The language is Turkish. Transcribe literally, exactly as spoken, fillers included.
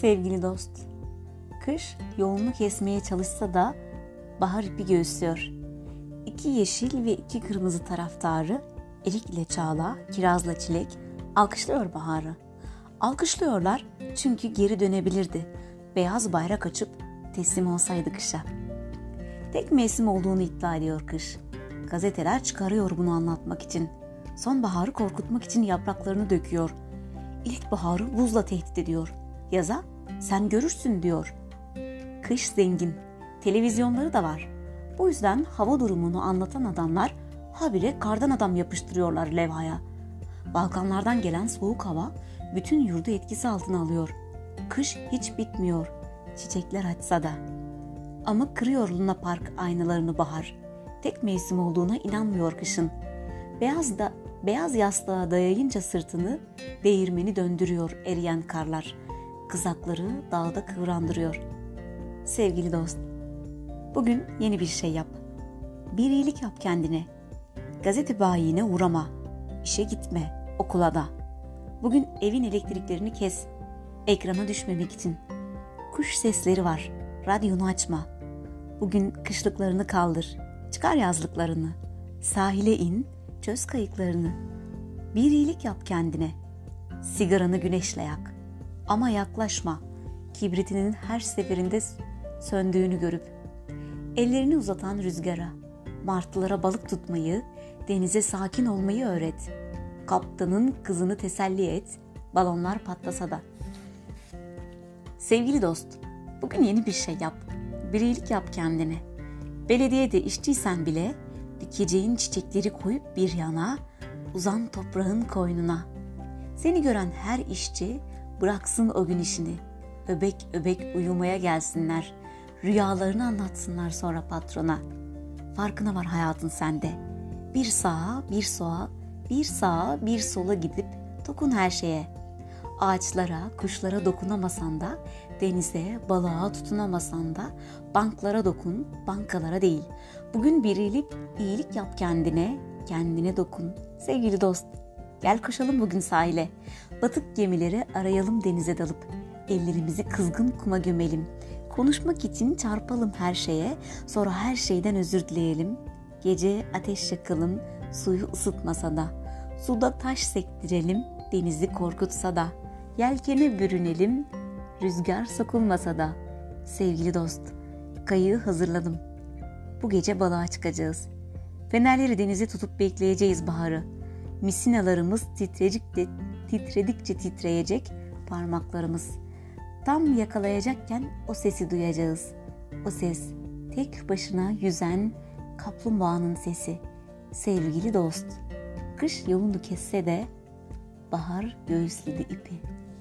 Sevgili dost, kış yolunu kesmeye çalışsa da bahar ipi göğüslüyor. İki yeşil ve iki kırmızı taraftarı erik ile çağla, kirazla çilek alkışlıyor baharı. Alkışlıyorlar çünkü geri dönebilirdi. Beyaz bayrak açıp teslim olsaydı kışa. Tek mevsim olduğunu iddia ediyor kış. Gazeteler çıkarıyor bunu anlatmak için. Sonbaharı korkutmak için yapraklarını döküyor. İlkbaharı buzla tehdit ediyor. Yaza sen görürsün diyor. Kış zengin. Televizyonları da var. Bu yüzden hava durumunu anlatan adamlar habire kardan adam yapıştırıyorlar levhaya. Balkanlardan gelen soğuk hava bütün yurdu etkisi altına alıyor. Kış hiç bitmiyor. Çiçekler açsa da. Ama kırıyor Luna Park aynalarını bahar. Tek mevsim olduğuna inanmıyor kışın. Beyaz da beyaz yastığa dayayınca sırtını değirmeni döndürüyor eriyen karlar. Kızakları dağda kıvrandırıyor. Sevgili dost, bugün yeni bir şey yap. Bir iyilik yap kendine. Gazete bayine uğrama. İşe gitme, okula da. Bugün evin elektriklerini kes. Ekrana düşmemek için. Kuş sesleri var. Radyonu açma. Bugün kışlıklarını kaldır. Çıkar yazlıklarını. Sahile in, çöz kayıklarını. Bir iyilik yap kendine. Sigaranı güneşle yak. Ama yaklaşma. Kibritinin her seferinde söndüğünü görüp. Ellerini uzatan rüzgara. Martılara balık tutmayı, denize sakin olmayı öğret. Kaptanın kızını teselli et. Balonlar patlasa da. Sevgili dost, bugün yeni bir şey yap. Bir iyilik yap kendine. Belediyede işçiysen bile dikeceğin çiçekleri koyup bir yana, uzan toprağın koynuna. Seni gören her işçi bıraksın o gün işini. Öbek öbek uyumaya gelsinler. Rüyalarını anlatsınlar sonra patrona. Farkına var hayatın sende. Bir sağa, bir sola, bir sağa, bir sola gidip dokun her şeye. Ağaçlara, kuşlara dokunamasan da, denize, balığa tutunamasan da, banklara dokun, bankalara değil. Bugün bir iyilik, iyilik yap kendine, kendine dokun. Sevgili dost, gel koşalım bugün sahile. Batık gemileri arayalım denize dalıp. Ellerimizi kızgın kuma gömelim. Konuşmak için çarpalım her şeye, sonra her şeyden özür dileyelim. Gece ateş yakalım, suyu ısıtmasa da. Suda taş sektirelim, denizi korkutsa da. Yelkene bürünelim, rüzgar sokulmasa da. Sevgili dost, kayığı hazırladım. Bu gece balığa çıkacağız. Fenerleri denize tutup bekleyeceğiz baharı. Misinalarımız titrecikçe, titredikçe titreyecek parmaklarımız. Tam yakalayacakken o sesi duyacağız. O ses tek başına yüzen kaplumbağanın sesi. Sevgili dost, kış yolunu kesse de bahar göğüsledi ipi.